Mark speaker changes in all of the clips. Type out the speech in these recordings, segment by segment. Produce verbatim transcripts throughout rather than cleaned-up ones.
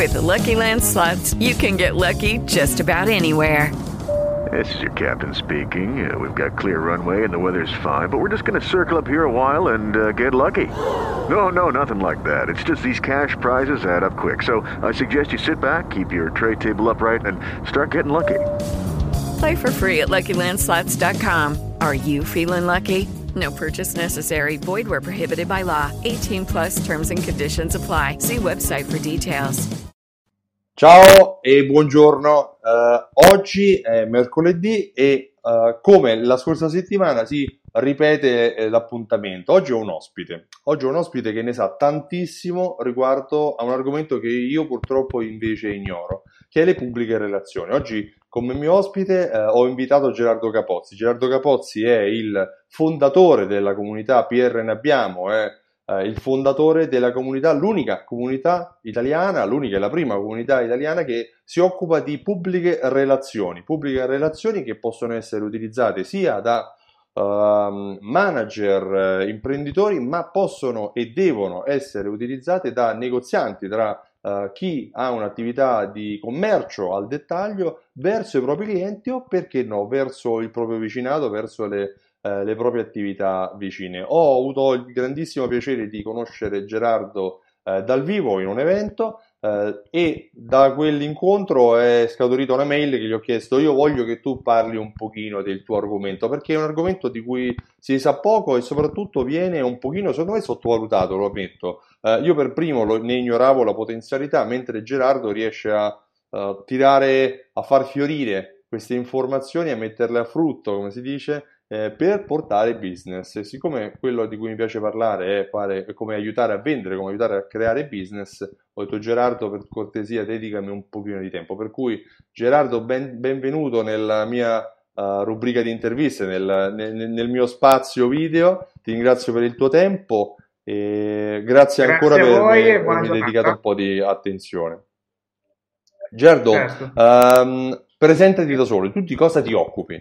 Speaker 1: With Lucky Land Slots, you can get lucky just about anywhere.
Speaker 2: This is your captain speaking. Uh, we've got clear runway and the weather's fine, but we're just going to circle up here a while and uh, get lucky. No, no, nothing like that. It's just these cash prizes add up quick. So I suggest you sit back, keep your tray table upright, and start getting lucky.
Speaker 1: Play for free at Lucky Land Slots dot com. Are you feeling lucky? No purchase necessary. Void where prohibited by law. eighteen plus terms and conditions apply. See website for details.
Speaker 3: Ciao e buongiorno. Uh, oggi è mercoledì e uh, come la scorsa settimana si ripete eh, l'appuntamento. Oggi ho un ospite. Oggi ho un ospite che ne sa tantissimo riguardo a un argomento che io purtroppo invece ignoro, che è le pubbliche relazioni. Oggi come mio ospite eh, ho invitato Gerardo Capozzi. Gerardo Capozzi è il fondatore della comunità P R Ne Abbiamo, è eh, il fondatore della comunità, l'unica comunità italiana, l'unica e la prima comunità italiana che si occupa di pubbliche relazioni, pubbliche relazioni che possono essere utilizzate sia da uh, manager, eh, imprenditori, ma possono e devono essere utilizzate da negozianti, tra Uh, chi ha un'attività di commercio al dettaglio verso i propri clienti o perché no, verso il proprio vicinato, verso le, uh, le proprie attività vicine. Ho avuto il grandissimo piacere di conoscere Gerardo uh, dal vivo in un evento uh, e da quell'incontro è scaturita una mail che gli ho chiesto: io voglio che tu parli un pochino del tuo argomento, perché è un argomento di cui si sa poco e soprattutto viene un pochino, secondo me, sottovalutato, lo ammetto. Uh, io per primo lo, ne ignoravo la potenzialità, mentre Gerardo riesce a uh, tirare, a far fiorire queste informazioni, a metterle a frutto, come si dice, eh, per portare business. E siccome quello di cui mi piace parlare è fare, è come aiutare a vendere, come aiutare a creare business, ho detto: Gerardo, per cortesia, dedicami un pochino di tempo. Per cui Gerardo, ben, benvenuto nella mia uh, rubrica di interviste, nel, nel, nel mio spazio video. Ti ringrazio per il tuo tempo. E grazie, grazie ancora per avermi dedicato un po' di attenzione. Gerardo, certo. um, presentati da solo, tu di cosa ti occupi?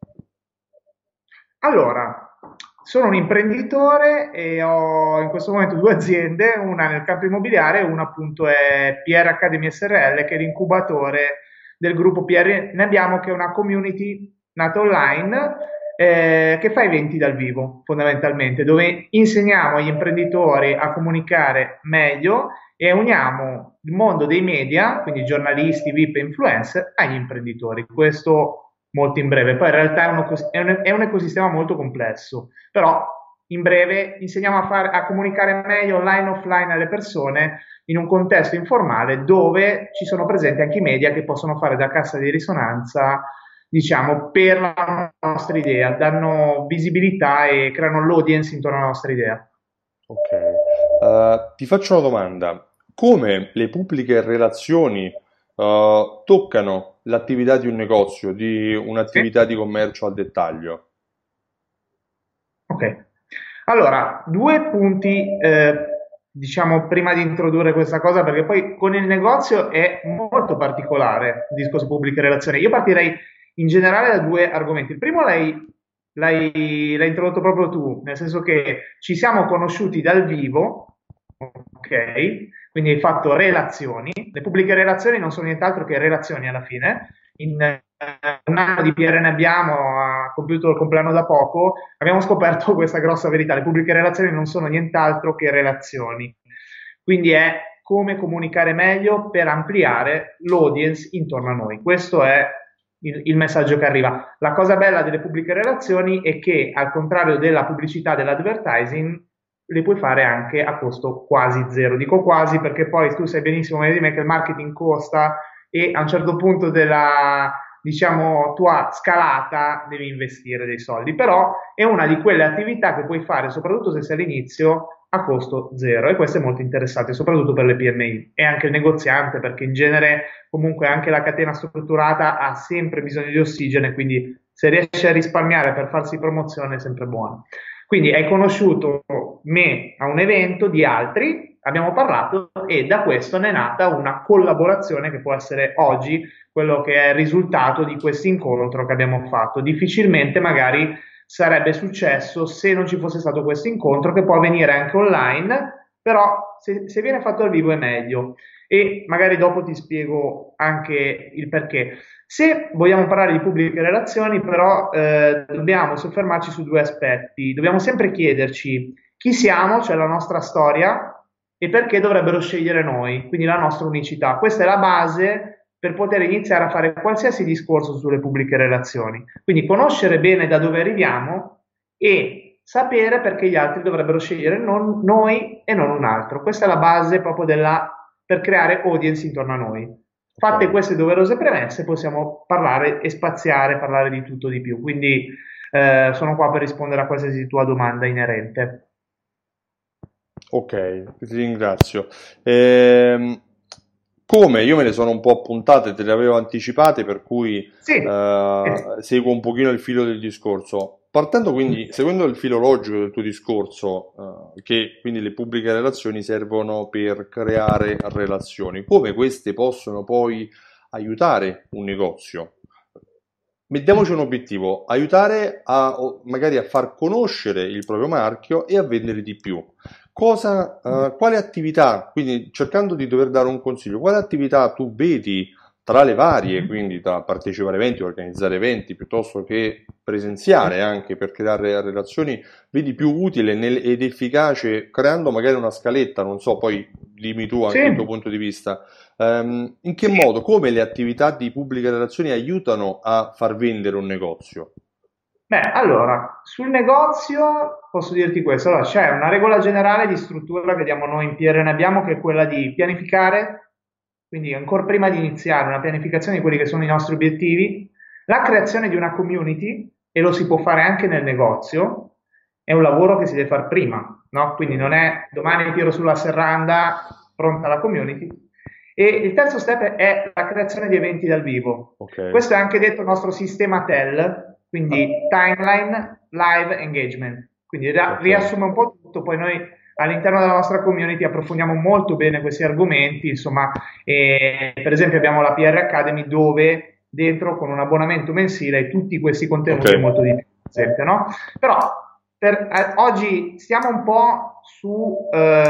Speaker 4: Allora, sono un imprenditore e ho in questo momento due aziende, una nel campo immobiliare e una appunto è P R Academy S R L, che è l'incubatore del gruppo P R Ne Abbiamo, che è una community nata online Eh, che fa eventi dal vivo fondamentalmente, dove insegniamo agli imprenditori a comunicare meglio e uniamo il mondo dei media, quindi giornalisti, V I P e influencer, agli imprenditori. Questo molto in breve. Poi in realtà è un, è un, è un ecosistema molto complesso, però in breve insegniamo a, far, a comunicare meglio online e offline alle persone in un contesto informale dove ci sono presenti anche i media che possono fare da cassa di risonanza, diciamo, per la nostra idea, danno visibilità e creano l'audience intorno alla nostra idea.
Speaker 3: Ok, uh, ti faccio una domanda: come le pubbliche relazioni uh, toccano l'attività di un negozio, di un'attività sì. di commercio al dettaglio?
Speaker 4: Ok, allora, due punti, eh, diciamo, prima di introdurre questa cosa, perché poi con il negozio è molto particolare il discorso pubbliche relazioni. Io partirei in generale da due argomenti. Il primo l'hai, l'hai, l'hai introdotto proprio tu, nel senso che ci siamo conosciuti dal vivo, ok? Quindi hai fatto relazioni. Le pubbliche relazioni non sono nient'altro che relazioni alla fine. In eh, un anno di P R Ne Abbiamo, ha compiuto il compleanno da poco, abbiamo scoperto questa grossa verità: le pubbliche relazioni non sono nient'altro che relazioni. Quindi è come comunicare meglio per ampliare l'audience intorno a noi. Questo è Il, il messaggio che arriva. La cosa bella delle pubbliche relazioni è che, al contrario della pubblicità, dell'advertising, le puoi fare anche a costo quasi zero. Dico quasi perché poi tu sai benissimo meglio di me che il marketing costa e a un certo punto della, diciamo, tua scalata devi investire dei soldi, però è una di quelle attività che puoi fare, soprattutto se sei all'inizio, a costo zero, e questo è molto interessante, soprattutto per le P M I e anche il negoziante, perché in genere comunque anche la catena strutturata ha sempre bisogno di ossigeno, e quindi se riesce a risparmiare per farsi promozione è sempre buono. Quindi hai conosciuto me a un evento di altri, abbiamo parlato e da questo ne è nata una collaborazione che può essere oggi quello che è il risultato di questo incontro che abbiamo fatto. Difficilmente magari sarebbe successo se non ci fosse stato questo incontro, che può avvenire anche online, però se, se viene fatto al vivo è meglio. e magari dopo ti spiego anche il perché. Se vogliamo parlare di pubbliche relazioni, però eh, dobbiamo soffermarci su due aspetti. Dobbiamo sempre chiederci chi siamo, cioè la nostra storia, e perché dovrebbero scegliere noi, quindi la nostra unicità. Questa è la base per poter iniziare a fare qualsiasi discorso sulle pubbliche relazioni. Quindi conoscere bene da dove arriviamo e sapere perché gli altri dovrebbero scegliere non noi e non un altro. Questa è la base proprio della, per creare audience intorno a noi. Fatte queste doverose premesse, possiamo parlare e spaziare, parlare di tutto di più. Quindi eh, sono qua per rispondere a qualsiasi tua domanda inerente.
Speaker 3: Ok, ti ringrazio. Ehm, come io me ne sono un po' appuntate, te le avevo anticipate, per cui
Speaker 4: Sì,
Speaker 3: eh, seguo un pochino il filo del discorso. Partendo quindi, seguendo il filo logico del tuo discorso, eh, che quindi le pubbliche relazioni servono per creare relazioni, come queste possono poi aiutare un negozio? Mettiamoci un obiettivo, aiutare a o magari a far conoscere il proprio marchio e a vendere di più. Cosa, eh, quale attività, quindi cercando di dover dare un consiglio, quale attività tu vedi tra le varie, quindi da partecipare a eventi, organizzare eventi, piuttosto che presenziare anche per creare relazioni, vedi più utile nel- ed efficace, creando magari una scaletta, non so, poi dimmi tu anche
Speaker 4: sì.
Speaker 3: il tuo punto di vista. Ehm, in che modo, come le attività di pubbliche relazioni aiutano a far vendere un negozio?
Speaker 4: Beh, allora, sul negozio posso dirti questo. Allora, c'è una regola generale di struttura che diamo noi in P R ne abbiamo, che è quella di pianificare, quindi ancora prima di iniziare una pianificazione di quelli che sono i nostri obiettivi, la creazione di una community, e lo si può fare anche nel negozio, è un lavoro che si deve fare prima, no? Quindi non è domani tiro sulla serranda, pronta la community. E il terzo step è la creazione di eventi dal vivo.
Speaker 3: Ok.
Speaker 4: Questo è anche detto il nostro sistema T E L, quindi Timeline Live Engagement. Quindi ra-
Speaker 3: Ok.
Speaker 4: riassume un po' tutto, poi noi all'interno della nostra community approfondiamo molto bene questi argomenti, insomma, e per esempio abbiamo la P R Academy dove dentro con un abbonamento mensile hai tutti questi contenuti
Speaker 3: Ok.
Speaker 4: e molto di più, per esempio, no? Però per, eh, oggi stiamo un po' su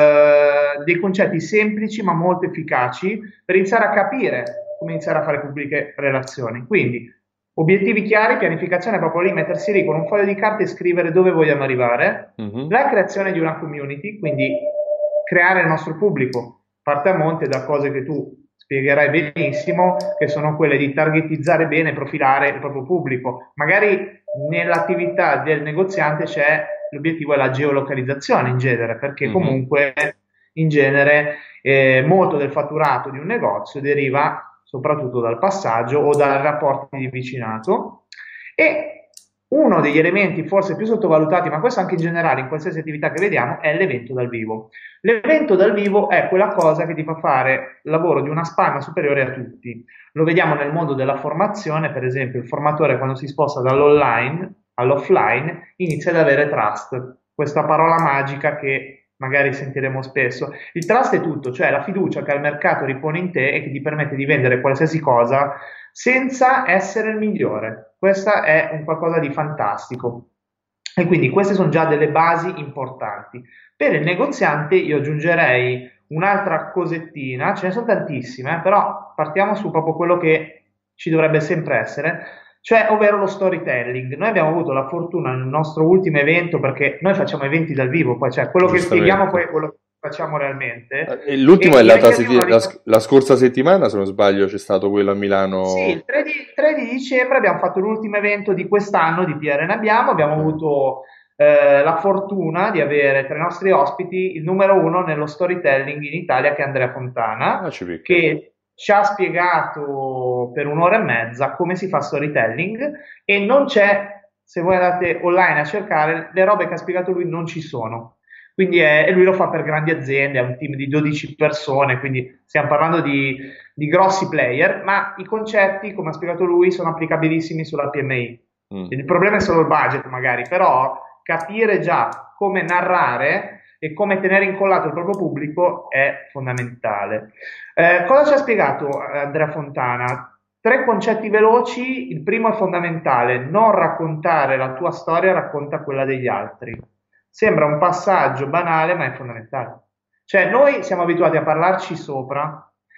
Speaker 4: eh, dei concetti semplici ma molto efficaci per iniziare a capire come iniziare a fare pubbliche relazioni. Quindi obiettivi chiari, pianificazione proprio lì, mettersi lì con un foglio di carta e scrivere dove vogliamo arrivare,
Speaker 3: Mhm.
Speaker 4: la creazione di una community, quindi creare il nostro pubblico, parte a monte da cose che tu spiegherai benissimo, che sono quelle di targetizzare bene, profilare il proprio pubblico. Magari nell'attività del negoziante c'è l'obiettivo è la geolocalizzazione in genere, perché
Speaker 3: Mhm.
Speaker 4: comunque in genere eh, molto del fatturato di un negozio deriva soprattutto dal passaggio o dai rapporti di vicinato. E uno degli elementi forse più sottovalutati, ma questo anche in generale in qualsiasi attività che vediamo, è l'evento dal vivo. L'evento dal vivo è quella cosa che ti fa fare il lavoro di una spanna superiore a tutti. Lo vediamo nel mondo della formazione, per esempio il formatore quando si sposta dall'online all'offline inizia ad avere trust, questa parola magica che magari sentiremo spesso. Il trust è tutto, cioè la fiducia che il mercato ripone in te e che ti permette di vendere qualsiasi cosa senza essere il migliore. Questa è un qualcosa di fantastico. E quindi queste sono già delle basi importanti. Per il negoziante io aggiungerei un'altra cosettina, ce ne sono tantissime, però partiamo su proprio quello che ci dovrebbe sempre essere, cioè ovvero lo storytelling. Noi abbiamo avuto la fortuna nel nostro ultimo evento, perché noi facciamo eventi dal vivo, poi cioè quello che spieghiamo poi è quello che facciamo realmente.
Speaker 3: E l'ultimo
Speaker 4: E
Speaker 3: è
Speaker 4: i
Speaker 3: la,
Speaker 4: richiami
Speaker 3: la, la scorsa settimana, se non sbaglio, c'è stato quello a Milano.
Speaker 4: Sì, il tre di, tre di dicembre abbiamo fatto l'ultimo evento di quest'anno di P R ne abbiamo, abbiamo
Speaker 3: Ok.
Speaker 4: avuto eh, la fortuna di avere tra i nostri ospiti il numero uno nello storytelling in Italia che è Andrea Fontana,
Speaker 3: Ah, ci picca.
Speaker 4: che ci ha spiegato per un'ora e mezza come si fa storytelling e non c'è, se voi andate online a cercare, le robe che ha spiegato lui non ci sono. Quindi è, e lui lo fa per grandi aziende, ha un team di dodici persone, quindi stiamo parlando di, di grossi player, ma i concetti, come ha spiegato lui, sono applicabilissimi sulla P M I.
Speaker 3: Mm.
Speaker 4: Il problema è solo il budget magari, però capire già come narrare e come tenere incollato il proprio pubblico è fondamentale. Eh, cosa ci ha spiegato Andrea Fontana? Tre concetti veloci. Il primo è fondamentale: non raccontare la tua storia, racconta quella degli altri. Sembra un passaggio banale, ma è fondamentale. Cioè, noi siamo abituati a parlarci sopra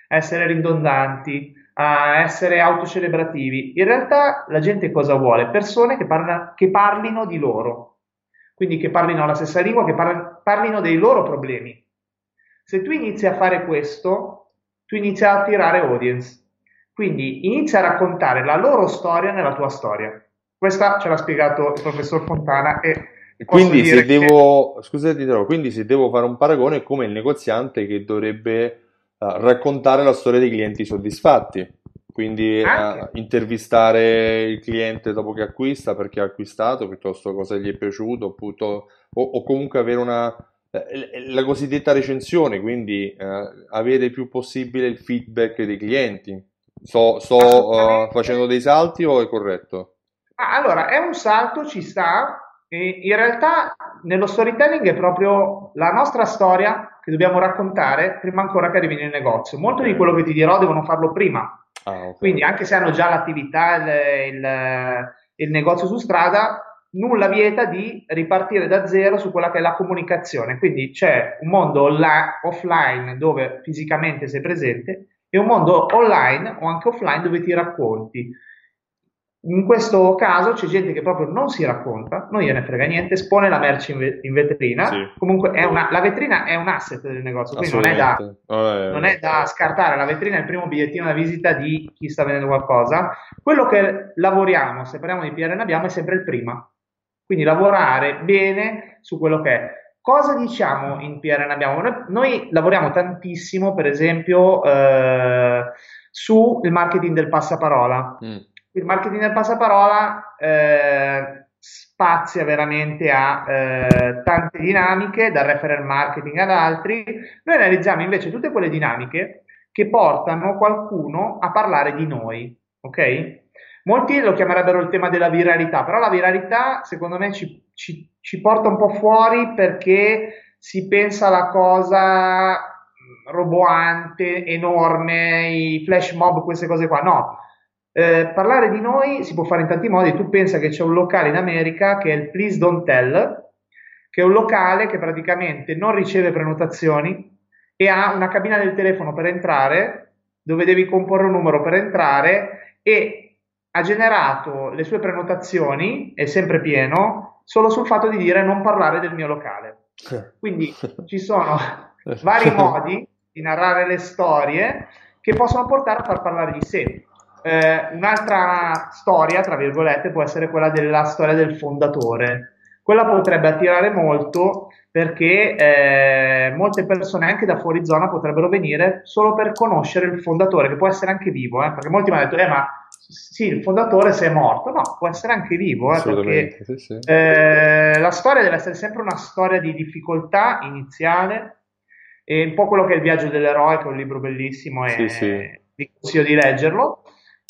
Speaker 4: a essere ridondanti, a essere autocelebrativi. In realtà la gente cosa vuole? Persone che, parla- che parlino di loro, quindi che parlino la stessa lingua, che parla- parlino dei loro problemi. Se tu inizi a fare questo, tu inizi a attirare audience. Quindi inizia a raccontare la loro storia nella tua storia. Questa ce l'ha spiegato il professor Fontana e posso
Speaker 3: Quindi
Speaker 4: dire
Speaker 3: se
Speaker 4: che...
Speaker 3: devo, scusate, però, quindi se devo fare un paragone è come il negoziante che dovrebbe eh, raccontare la storia dei clienti soddisfatti, quindi
Speaker 4: Anche.
Speaker 3: eh, intervistare il cliente dopo che acquista, perché ha acquistato, piuttosto cosa gli è piaciuto, appunto, o, o comunque avere una, eh, la cosiddetta recensione, quindi eh, avere il più possibile il feedback dei clienti. Sto, sto eh,
Speaker 4: Assolutamente.
Speaker 3: facendo dei salti o è corretto?
Speaker 4: Ah, allora, è un salto, ci sta, e in realtà nello storytelling è proprio la nostra storia che dobbiamo raccontare prima ancora che arrivi nel negozio. Molto
Speaker 3: Ok.
Speaker 4: di quello che ti dirò devono farlo prima.
Speaker 3: Ah, ok.
Speaker 4: Quindi anche se hanno già l'attività, il, il- il negozio su strada, nulla vieta di ripartire da zero su quella che è la comunicazione. Quindi c'è un mondo onli- offline dove fisicamente sei presente e un mondo online o anche offline dove ti racconti. In questo caso c'è gente che proprio non si racconta, non gliene frega niente, espone la merce in, ve- in
Speaker 3: Sì,
Speaker 4: vetrina. Comunque è una- la vetrina è un asset del negozio, quindi non è da,
Speaker 3: assolutamente.
Speaker 4: non
Speaker 3: Eh,
Speaker 4: è da scartare. La vetrina è il primo bigliettino da visita di chi sta vendendo qualcosa. Quello che lavoriamo, se parliamo di P R ne abbiamo, è sempre il prima. Quindi lavorare bene su quello che è. Cosa diciamo in P R ne abbiamo? Noi, noi lavoriamo tantissimo, per esempio, eh, sul marketing del passaparola.
Speaker 3: mm,
Speaker 4: Il marketing del passaparola eh, spazia veramente a eh, tante dinamiche, dal referral marketing ad altri. Noi analizziamo invece tutte quelle dinamiche che portano qualcuno a parlare di noi, ok? Molti lo chiamerebbero il tema della viralità, però la viralità secondo me ci, ci- ci porta un po' fuori perché si pensa alla cosa mh, roboante, enorme, i flash mob, queste cose qua. No, eh, parlare di noi si può fare in tanti modi. Tu pensa che c'è un locale in America che è il Please Don't Tell, che è un locale che praticamente non riceve prenotazioni e ha una cabina del telefono per entrare, dove devi comporre un numero per entrare e ha generato le sue prenotazioni, è sempre pieno, solo sul fatto di dire non parlare del mio locale. Quindi ci sono vari modi di narrare le storie che possono portare a far parlare di sé. Eh, un'altra storia, tra virgolette, può essere quella della storia del fondatore. Quella potrebbe attirare molto perché eh, molte persone anche da fuori zona potrebbero venire solo per conoscere il fondatore, che può essere anche vivo, eh, perché molti mi hanno detto, eh, ma sì, il fondatore se è morto. No, può essere anche vivo, eh,
Speaker 3: assolutamente,
Speaker 4: perché
Speaker 3: sì, sì.
Speaker 4: eh, la storia deve essere sempre una storia di difficoltà iniziale, e un po' quello che è il viaggio dell'eroe, che è un libro bellissimo
Speaker 3: Sì, sì,
Speaker 4: e vi consiglio di leggerlo,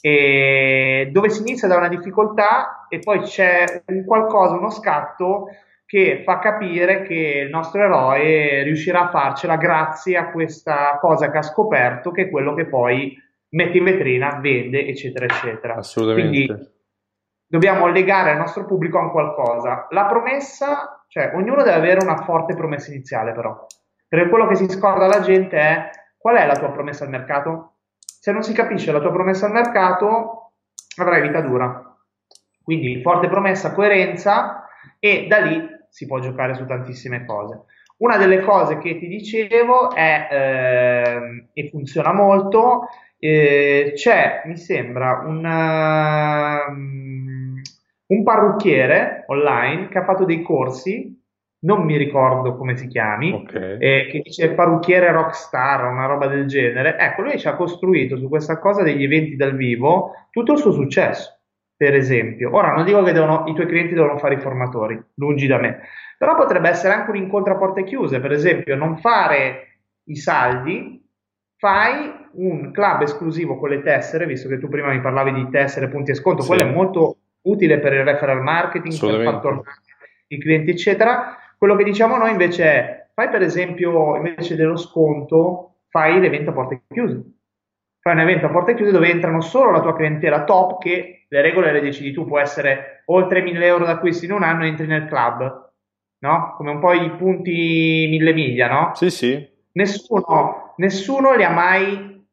Speaker 4: e dove si inizia da una difficoltà e poi c'è un qualcosa, uno scatto che fa capire che il nostro eroe riuscirà a farcela grazie a questa cosa che ha scoperto, che è quello che poi mette in vetrina, vende, eccetera, eccetera. Quindi
Speaker 3: assolutamente.
Speaker 4: dobbiamo legare il nostro pubblico a un qualcosa. La promessa, cioè ognuno deve avere una forte promessa iniziale però, perché quello che si scorda la gente è: qual è la tua promessa al mercato? Se non si capisce la tua promessa al mercato, avrai vita dura. Quindi forte promessa, coerenza, e da lì si può giocare su tantissime cose. Una delle cose che ti dicevo è, ehm, e funziona molto, eh, c'è, mi sembra, un, ehm, un parrucchiere online che ha fatto dei corsi, non mi ricordo come si chiami,
Speaker 3: Ok.
Speaker 4: eh, che dice parrucchiere rockstar, una roba del genere. Ecco, lui ci ha costruito su questa cosa degli eventi dal vivo tutto il suo successo, per esempio. Ora, non dico che devono- i tuoi clienti devono fare i formatori, lungi da me, però potrebbe essere anche un incontro a porte chiuse, per esempio, non fare i saldi, fai un club esclusivo con le tessere, visto che tu prima mi parlavi di tessere, punti e sconto, quello è
Speaker 3: Sì,
Speaker 4: molto utile per il referral marketing, per far
Speaker 3: assolutamente.
Speaker 4: tornare i clienti, eccetera. Quello che diciamo noi invece è: fai per esempio, invece dello sconto, fai l'evento a porte chiuse. Fai un evento a porte chiuse dove entrano solo la tua clientela top, che le regole le decidi tu, può essere oltre mille euro d'acquisti in un anno, entri nel club, no? Come un po' i punti mille miglia, no?
Speaker 3: Sì, sì,
Speaker 4: Nessuno, nessuno li ha mai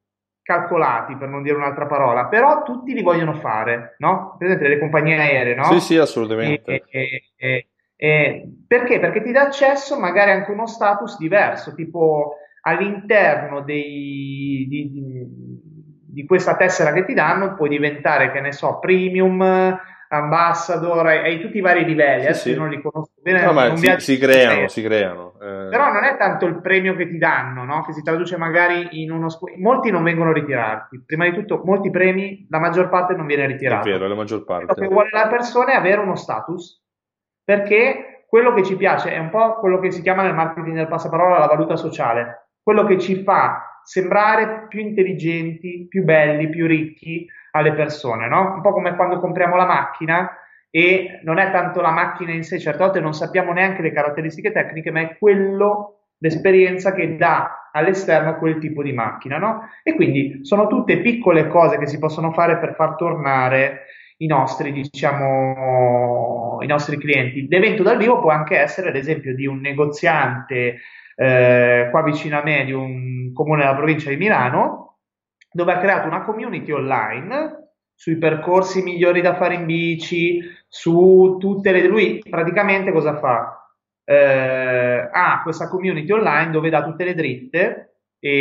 Speaker 4: calcolati, per non dire un'altra parola, però tutti li vogliono fare, no? Per esempio le compagnie aeree,
Speaker 3: Sì,
Speaker 4: no?
Speaker 3: sì, assolutamente.
Speaker 4: E, e- e- e- perché? Perché ti dà accesso magari anche a uno status diverso, tipo all'interno dei- di, di- di questa tessera che ti danno puoi diventare, che ne so, premium, ambassador, hai, hai tutti i vari livelli,
Speaker 3: Sì,
Speaker 4: adesso io non
Speaker 3: sì.
Speaker 4: li conosco bene,
Speaker 3: No,
Speaker 4: non,
Speaker 3: ma
Speaker 4: non
Speaker 3: si,
Speaker 4: viaggio
Speaker 3: si
Speaker 4: in questa
Speaker 3: creano,
Speaker 4: aerea.
Speaker 3: si creano. Eh,
Speaker 4: Però non è tanto il premio che ti danno, no? Che si traduce magari in uno... scu- Molti non vengono ritirati. Prima di tutto, molti premi, la maggior parte non viene
Speaker 3: è vero,
Speaker 4: ritirato.
Speaker 3: la maggior
Speaker 4: Quello che
Speaker 3: parte.
Speaker 4: vuole la persona è avere uno status, perché quello che ci piace è un po' quello che si chiama nel marketing del passaparola la valuta sociale, quello che ci fa sembrare più intelligenti, più belli, più ricchi alle persone, no? Un po' come quando compriamo la macchina e non è tanto la macchina in sé, certe volte non sappiamo neanche le caratteristiche tecniche, ma è quello, l'esperienza che dà all'esterno quel tipo di macchina, no? E quindi sono tutte piccole cose che si possono fare per far tornare i nostri, diciamo, i nostri clienti. L'evento dal vivo può anche essere l'esempio di un negoziante eh, qua vicino a me, di un comune della provincia di Milano, dove ha creato una community online sui percorsi migliori da fare in bici, su tutte le... Lui praticamente cosa fa? Eh, ha questa community online dove dà tutte le dritte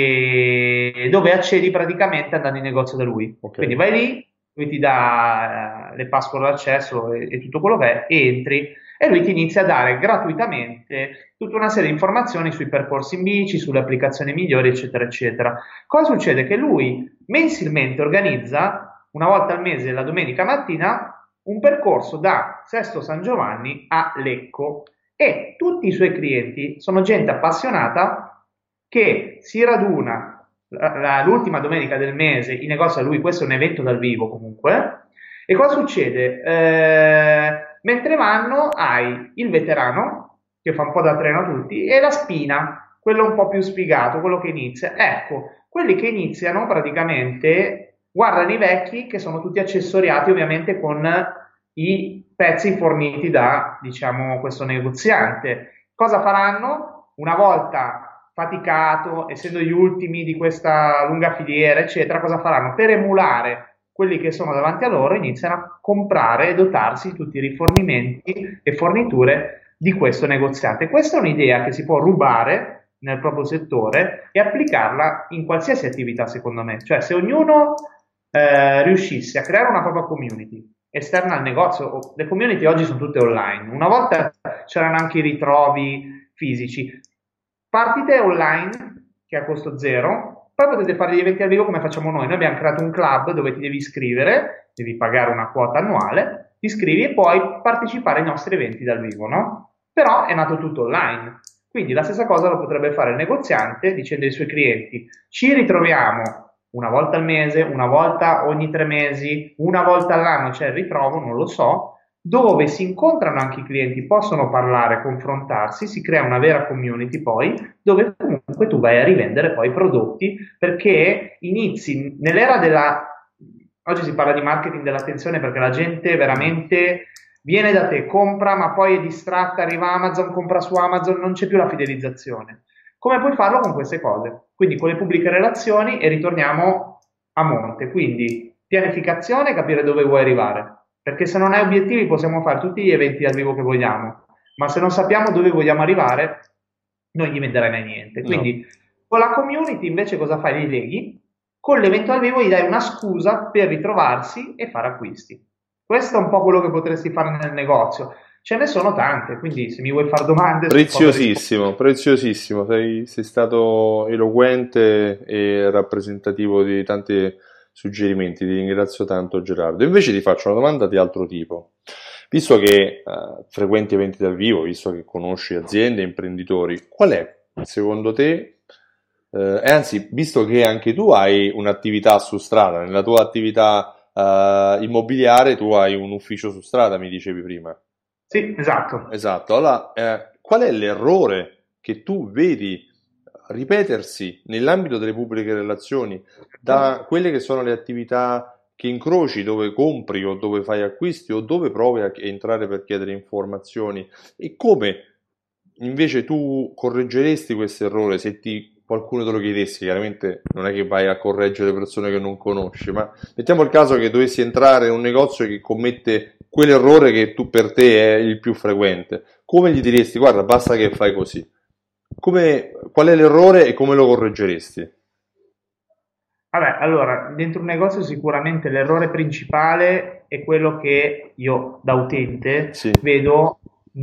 Speaker 4: e dove accedi praticamente andando in negozio da lui.
Speaker 3: Ok.
Speaker 4: Quindi vai lì, lui ti dà eh, le password d'accesso e, e tutto quello che è, entri e lui ti inizia a dare gratuitamente tutta una serie di informazioni sui percorsi in bici, sulle applicazioni migliori, eccetera, eccetera. Cosa succede? Che lui mensilmente organizza una volta al mese, la domenica mattina, un percorso da Sesto San Giovanni a Lecco e tutti i suoi clienti sono gente appassionata che si raduna la- la- l'ultima domenica del mese in negozio da lui, questo è un evento dal vivo comunque, e cosa succede? Eh, mentre vanno hai il veterano, che fa un po' da treno a tutti, e la spina, quello un po' più sfigato, quello che inizia. Ecco, quelli che iniziano praticamente guardano i vecchi che sono tutti accessoriati ovviamente con i pezzi forniti da, diciamo, questo negoziante. Cosa faranno? Una volta faticato, essendo gli ultimi di questa lunga filiera, eccetera, cosa faranno? Per emulare quelli che sono davanti a loro, iniziano a comprare e dotarsi di tutti i rifornimenti e forniture di questo negoziante. Questa è un'idea che si può rubare nel proprio settore e applicarla in qualsiasi attività, secondo me. Cioè, se ognuno eh, riuscisse a creare una propria community esterna al negozio, le community oggi sono tutte online, una volta c'erano anche i ritrovi fisici, partite online che è a costo zero, poi potete fare gli eventi al vivo come facciamo noi. Noi abbiamo creato un club dove ti devi iscrivere, devi pagare una quota annuale, ti iscrivi e puoi partecipare ai nostri eventi dal vivo, no? Però è nato tutto online. Quindi la stessa cosa lo potrebbe fare il negoziante dicendo ai suoi clienti: ci ritroviamo una volta al mese, una volta ogni tre mesi, una volta all'anno c'è il ritrovo, non lo so, dove si incontrano anche i clienti, possono parlare, confrontarsi, si crea una vera community poi, dove comunque tu vai a rivendere poi i prodotti, perché inizi nell'era della... Oggi si parla di marketing dell'attenzione perché la gente veramente viene da te, compra, ma poi è distratta, arriva Amazon, compra su Amazon, non c'è più la fidelizzazione. Come puoi farlo con queste cose? Quindi con le pubbliche relazioni e ritorniamo a monte. Quindi pianificazione, capire dove vuoi arrivare. Perché se non hai obiettivi possiamo fare tutti gli eventi dal vivo che vogliamo, ma se non sappiamo dove vogliamo arrivare, non gli venderai mai niente. Quindi no. Con la community invece cosa fai? Li leghi, con l'evento dal vivo gli dai una scusa per ritrovarsi e fare acquisti. Questo è un po' quello che potresti fare nel negozio. Ce ne sono tante, quindi se mi vuoi fare domande...
Speaker 3: Preziosissimo, preziosissimo, sei, sei stato eloquente e rappresentativo di tanti suggerimenti, ti ringrazio tanto Gerardo. Invece ti faccio una domanda di altro tipo. Visto che uh, frequenti eventi dal vivo, visto che conosci aziende e imprenditori, qual è secondo te, uh, e anzi, visto che anche tu hai un'attività su strada, nella tua attività uh, immobiliare tu hai un ufficio su strada, mi dicevi prima.
Speaker 4: Sì, esatto.
Speaker 3: Esatto. Allora, eh, qual è l'errore che tu vedi ripetersi nell'ambito delle pubbliche relazioni da quelle che sono le attività che incroci, dove compri o dove fai acquisti o dove provi a entrare per chiedere informazioni, e come invece tu correggeresti questo errore se ti qualcuno te lo chiedesse, chiaramente non è che vai a correggere le persone che non conosci, ma mettiamo il caso che dovessi entrare in un negozio che commette quell'errore che tu per te è il più frequente, come gli diresti, guarda, basta che fai così? Come, qual è l'errore e come lo correggeresti?
Speaker 4: Vabbè, allora, dentro un negozio sicuramente l'errore principale è quello che io da utente
Speaker 3: Sì,
Speaker 4: vedo,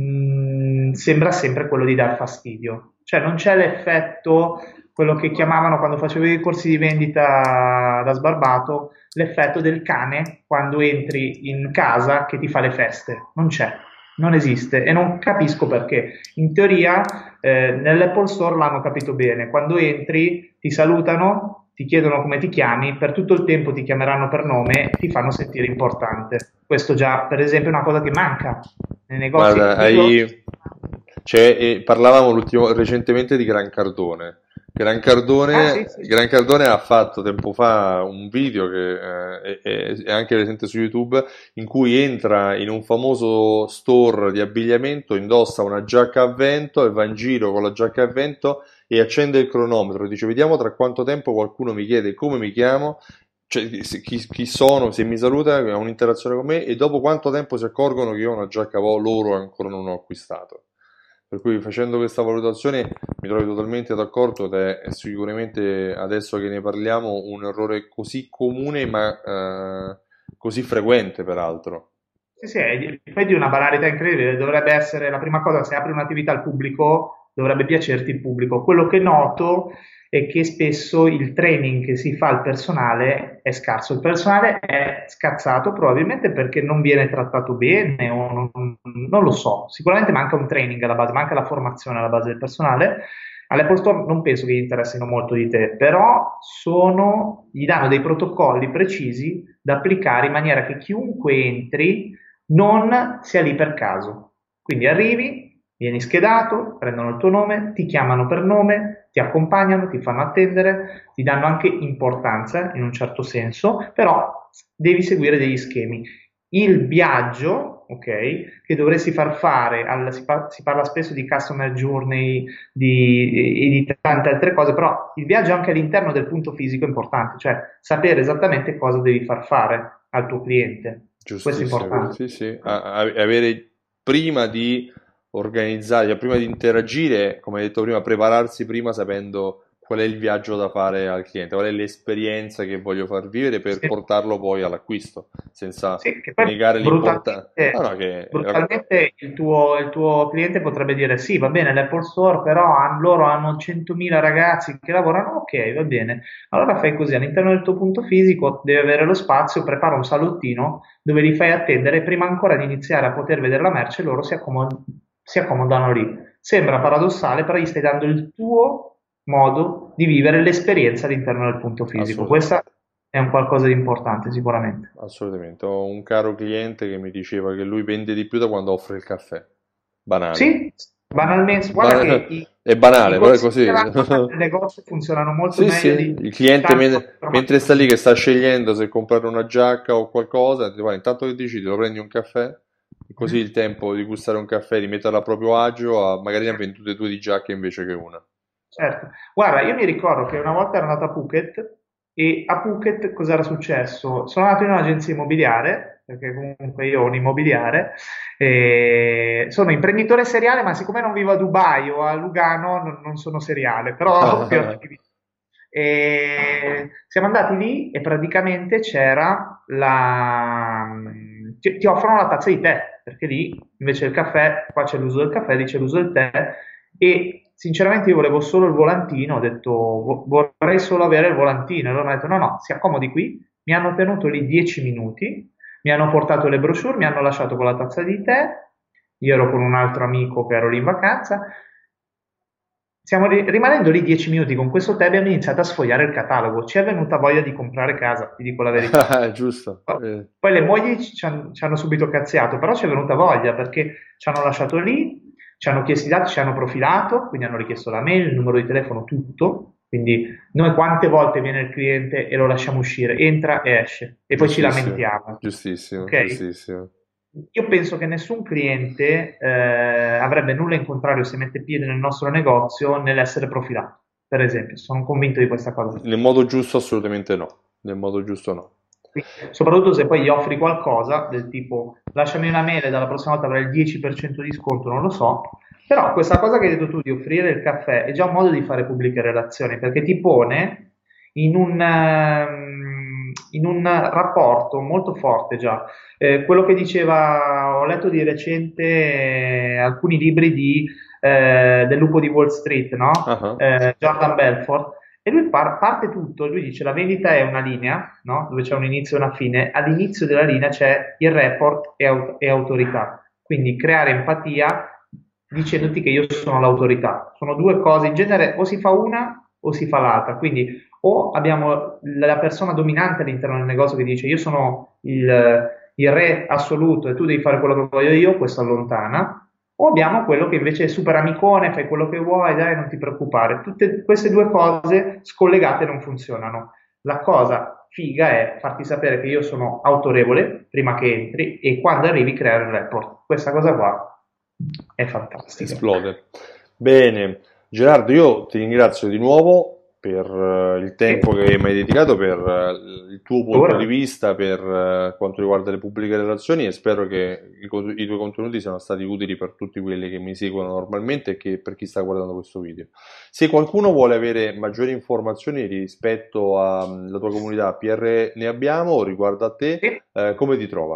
Speaker 4: mh, sembra sempre quello di dar fastidio. Cioè non c'è l'effetto, quello che chiamavano quando facevo i corsi di vendita da sbarbato, l'effetto del cane quando entri in casa che ti fa le feste. Non c'è, non esiste e non capisco perché. In teoria, eh, nell'Apple Store l'hanno capito bene. Quando entri ti salutano, ti chiedono come ti chiami, per tutto il tempo ti chiameranno per nome, ti fanno sentire importante. Questo già, per esempio, è una cosa che manca nei negozi.
Speaker 3: guarda,
Speaker 4: Io,
Speaker 3: hai... Cioè, eh, parlavamo l'ultimo- recentemente di Gran Cardone. Gran
Speaker 4: ah sì,
Speaker 3: Cardone,
Speaker 4: sì,
Speaker 3: Gran Cardone ha fatto tempo fa un video che eh, è, è- è anche presente su YouTube in cui entra in un famoso store di abbigliamento, indossa una giacca a vento e va in giro con la giacca a vento e accende il cronometro. Dice: Vediamo tra quanto tempo qualcuno mi chiede come mi chiamo, cioè se- chi, chi sono, se mi saluta, ha un'interazione con me e dopo quanto tempo si accorgono che io ho una giacca vo- loro ancora non ho acquistato. Per cui facendo questa valutazione mi trovo totalmente d'accordo ed è, è sicuramente adesso che ne parliamo un errore così comune ma eh, così frequente peraltro.
Speaker 4: sì, sì, è- poi di una banalità incredibile, dovrebbe essere la prima cosa, se apri un'attività al pubblico, dovrebbe piacerti il pubblico. Quello che noto è che spesso il training che si fa al personale è scarso. Il personale è scazzato probabilmente perché non viene trattato bene o non, non lo so. Sicuramente manca un training alla base, manca la formazione alla base del personale. All'Apple Store non penso che gli interessino molto di te, però sono, gli danno dei protocolli precisi da applicare in maniera che chiunque entri non sia lì per caso. Quindi arrivi, vieni schedato, prendono il tuo nome, ti chiamano per nome, ti accompagnano, ti fanno attendere, ti danno anche importanza in un certo senso, però devi seguire degli schemi. Il viaggio, ok, che dovresti far fare, al- si, par- si parla spesso di customer journey di- e di tante altre cose, però il viaggio anche all'interno del punto fisico è importante, cioè sapere esattamente cosa devi far fare al tuo cliente. Questo è
Speaker 3: Giustissimo,
Speaker 4: importante.
Speaker 3: sì, sì. A- a- avere prima di organizzare, cioè prima di interagire, come hai detto prima, prepararsi prima sapendo qual è il viaggio da fare al cliente, qual è l'esperienza che voglio far vivere per
Speaker 4: Sì.
Speaker 3: portarlo poi all'acquisto, senza
Speaker 4: Sì, che poi
Speaker 3: negare l'importanza.
Speaker 4: brutalmente,
Speaker 3: No, no, che
Speaker 4: brutalmente il tuo, il tuo cliente potrebbe dire sì, va bene, l'Apple Store, però han- loro hanno centomila ragazzi che lavorano, ok, va bene. Allora fai così, all'interno del tuo punto fisico devi avere lo spazio, prepara un salottino dove li fai attendere e prima ancora di iniziare a poter vedere la merce, loro si accomod- si accomodano lì. Sembra paradossale, però gli stai dando il tuo modo di vivere l'esperienza all'interno del punto fisico. Questa
Speaker 3: assolutamente.
Speaker 4: è un qualcosa di importante, sicuramente.
Speaker 3: Assolutamente, ho un caro cliente che mi diceva che lui vende di più da quando offre il caffè. Banale.
Speaker 4: Sì, banalmente, guarda che
Speaker 3: Ba-
Speaker 4: i,
Speaker 3: è
Speaker 4: i
Speaker 3: banale, però è
Speaker 4: corsi
Speaker 3: così.
Speaker 4: del negozio funzionano molto
Speaker 3: Sì, sì,
Speaker 4: meglio di
Speaker 3: il cliente
Speaker 4: tante
Speaker 3: men- mentre sta lì
Speaker 4: formazioni.
Speaker 3: che sta scegliendo se comprare una giacca o qualcosa, ti guarda, intanto che decidi, lo prendi un caffè, e così il tempo di gustare un caffè, di metterlo a proprio agio, a- magari ne ha vendute due di giacche invece che una.
Speaker 4: Certo, guarda, io mi ricordo che una volta ero andato a Phuket e a Phuket cos'era successo? Sono andato in un'agenzia immobiliare, perché comunque io ho un immobiliare, e sono imprenditore seriale, ma siccome non vivo a Dubai o a Lugano non, non sono seriale, però più attivo. E siamo andati lì e praticamente c'era la... ti, ti offrono la tazza di tè, perché lì invece del caffè, qua c'è l'uso del caffè, lì c'è l'uso del tè e sinceramente io volevo solo il volantino, ho detto "Vo- vorrei solo avere il volantino e loro mi hanno detto no no, si accomodi qui, mi hanno tenuto lì dieci minuti, mi hanno portato le brochure, mi hanno lasciato con la tazza di tè, io ero con un altro amico che ero lì in vacanza. Stiamo ri- rimanendo lì dieci minuti con questo tè abbiamo iniziato a sfogliare il catalogo. Ci è venuta voglia di comprare casa, ti dico la verità.
Speaker 3: È giusto.
Speaker 4: Poi
Speaker 3: Eh,
Speaker 4: poi le mogli ci, ci han- ci hanno subito cazziato, però ci è venuta voglia perché ci hanno lasciato lì, ci hanno chiesto i dati, ci hanno profilato, quindi hanno richiesto la mail, il numero di telefono, tutto. Quindi noi quante volte viene il cliente e lo lasciamo uscire, entra e esce e poi ci
Speaker 3: giustissimo,
Speaker 4: lamentiamo.
Speaker 3: giustissimo,
Speaker 4: Ok?
Speaker 3: giustissimo.
Speaker 4: Io penso che nessun cliente eh, avrebbe nulla in contrario se mette piede nel nostro negozio nell'essere profilato. per esempio, sono convinto di questa cosa.
Speaker 3: Nel modo giusto assolutamente no, nel modo giusto no.
Speaker 4: Soprattutto se poi gli offri qualcosa del tipo lasciami una mail e dalla prossima volta avrai il dieci per cento di sconto, non lo so, però questa cosa che hai detto tu di offrire il caffè è già un modo di fare pubbliche relazioni, perché ti pone in un, um, in un rapporto molto forte già. Eh, quello che diceva, ho letto di recente eh, alcuni libri di, eh, del lupo di Wall Street, no?
Speaker 3: Uh-huh.
Speaker 4: Eh, Jordan Belfort. E lui par- parte tutto, lui dice la vendita è una linea, no? Dove c'è un inizio e una fine, all'inizio della linea c'è il report e, aut- e autorità, quindi creare empatia dicendoti che io sono l'autorità, sono due cose, in genere o si fa una o si fa l'altra, quindi o abbiamo la persona dominante all'interno del negozio che dice io sono il, il re assoluto e tu devi fare quello che voglio io, questo allontana, o abbiamo quello che invece è super amicone, fai quello che vuoi, dai, non ti preoccupare. Tutte queste due cose scollegate non funzionano. La cosa figa è farti sapere che io sono autorevole prima che entri e quando arrivi creare il report. Questa cosa qua è fantastica.
Speaker 3: Esplode. Bene, Gerardo, io ti ringrazio di nuovo per uh, il tempo che mi hai dedicato, per uh, il tuo punto Ora. di vista per uh, quanto riguarda le pubbliche relazioni, e spero che i, i tuoi contenuti siano stati utili per tutti quelli che mi seguono normalmente e che per chi sta guardando questo video. Se qualcuno vuole avere maggiori informazioni rispetto alla tua comunità P R Ne Abbiamo o riguardo a te, sì. uh, come ti trova?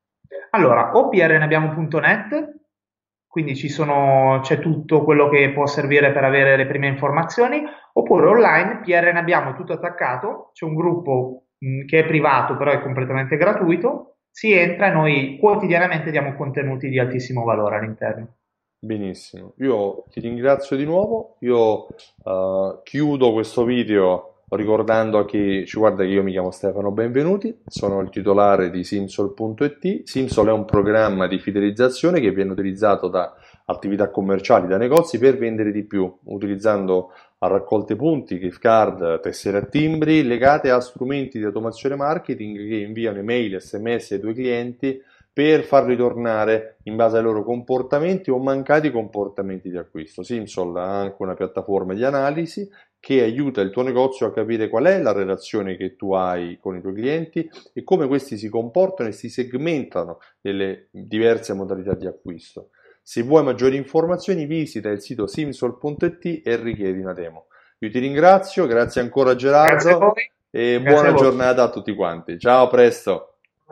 Speaker 4: Allora, o p r ne abbiamo punto net, quindi ci sono, c'è tutto quello che può servire per avere le prime informazioni, oppure online, P R Ne Abbiamo tutto attaccato, c'è un gruppo mh, che è privato però è completamente gratuito, si entra e noi quotidianamente diamo contenuti di altissimo valore all'interno.
Speaker 3: Benissimo, io ti ringrazio di nuovo, io uh, chiudo questo video ricordando a chi ci guarda che io mi chiamo Stefano Benvenuti, sono il titolare di Simsol punto it. Simsol è un programma di fidelizzazione che viene utilizzato da attività commerciali, da negozi per vendere di più, utilizzando a raccolte punti, gift card, tessere a timbri legate a strumenti di automazione marketing che inviano email, sms ai tuoi clienti per farli tornare in base ai loro comportamenti o mancati comportamenti di acquisto. Simsol ha anche una piattaforma di analisi che aiuta il tuo negozio a capire qual è la relazione che tu hai con i tuoi clienti e come questi si comportano e si segmentano nelle diverse modalità di acquisto. Se vuoi maggiori informazioni visita il sito simsol punto it e richiedi una demo. Io ti ringrazio, grazie ancora Gerardo
Speaker 4: grazie a voi.
Speaker 3: E
Speaker 4: grazie
Speaker 3: buona a giornata a tutti quanti. Ciao, a presto.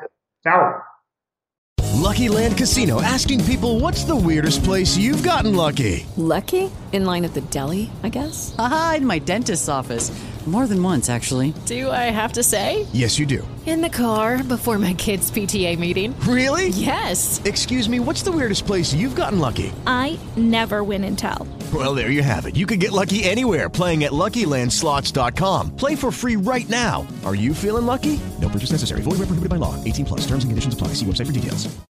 Speaker 4: Ciao.
Speaker 5: Lucky Land Casino, asking people, what's the weirdest place you've gotten lucky?
Speaker 1: Lucky? In line at the deli, I guess?
Speaker 6: Aha, in my dentist's office. More than once, actually.
Speaker 1: Do I have to say?
Speaker 5: Yes, you do.
Speaker 1: In the car before my kids' P T A meeting.
Speaker 5: Really?
Speaker 1: Yes.
Speaker 5: Excuse me, what's the weirdest place you've gotten lucky?
Speaker 7: I never win and tell.
Speaker 5: Well, there you have it. You can get lucky anywhere, playing at Lucky Land Slots dot com. Play for free right now. Are you feeling lucky? No purchase necessary. Void where prohibited by law. eighteen plus. Terms and conditions apply. See website for details.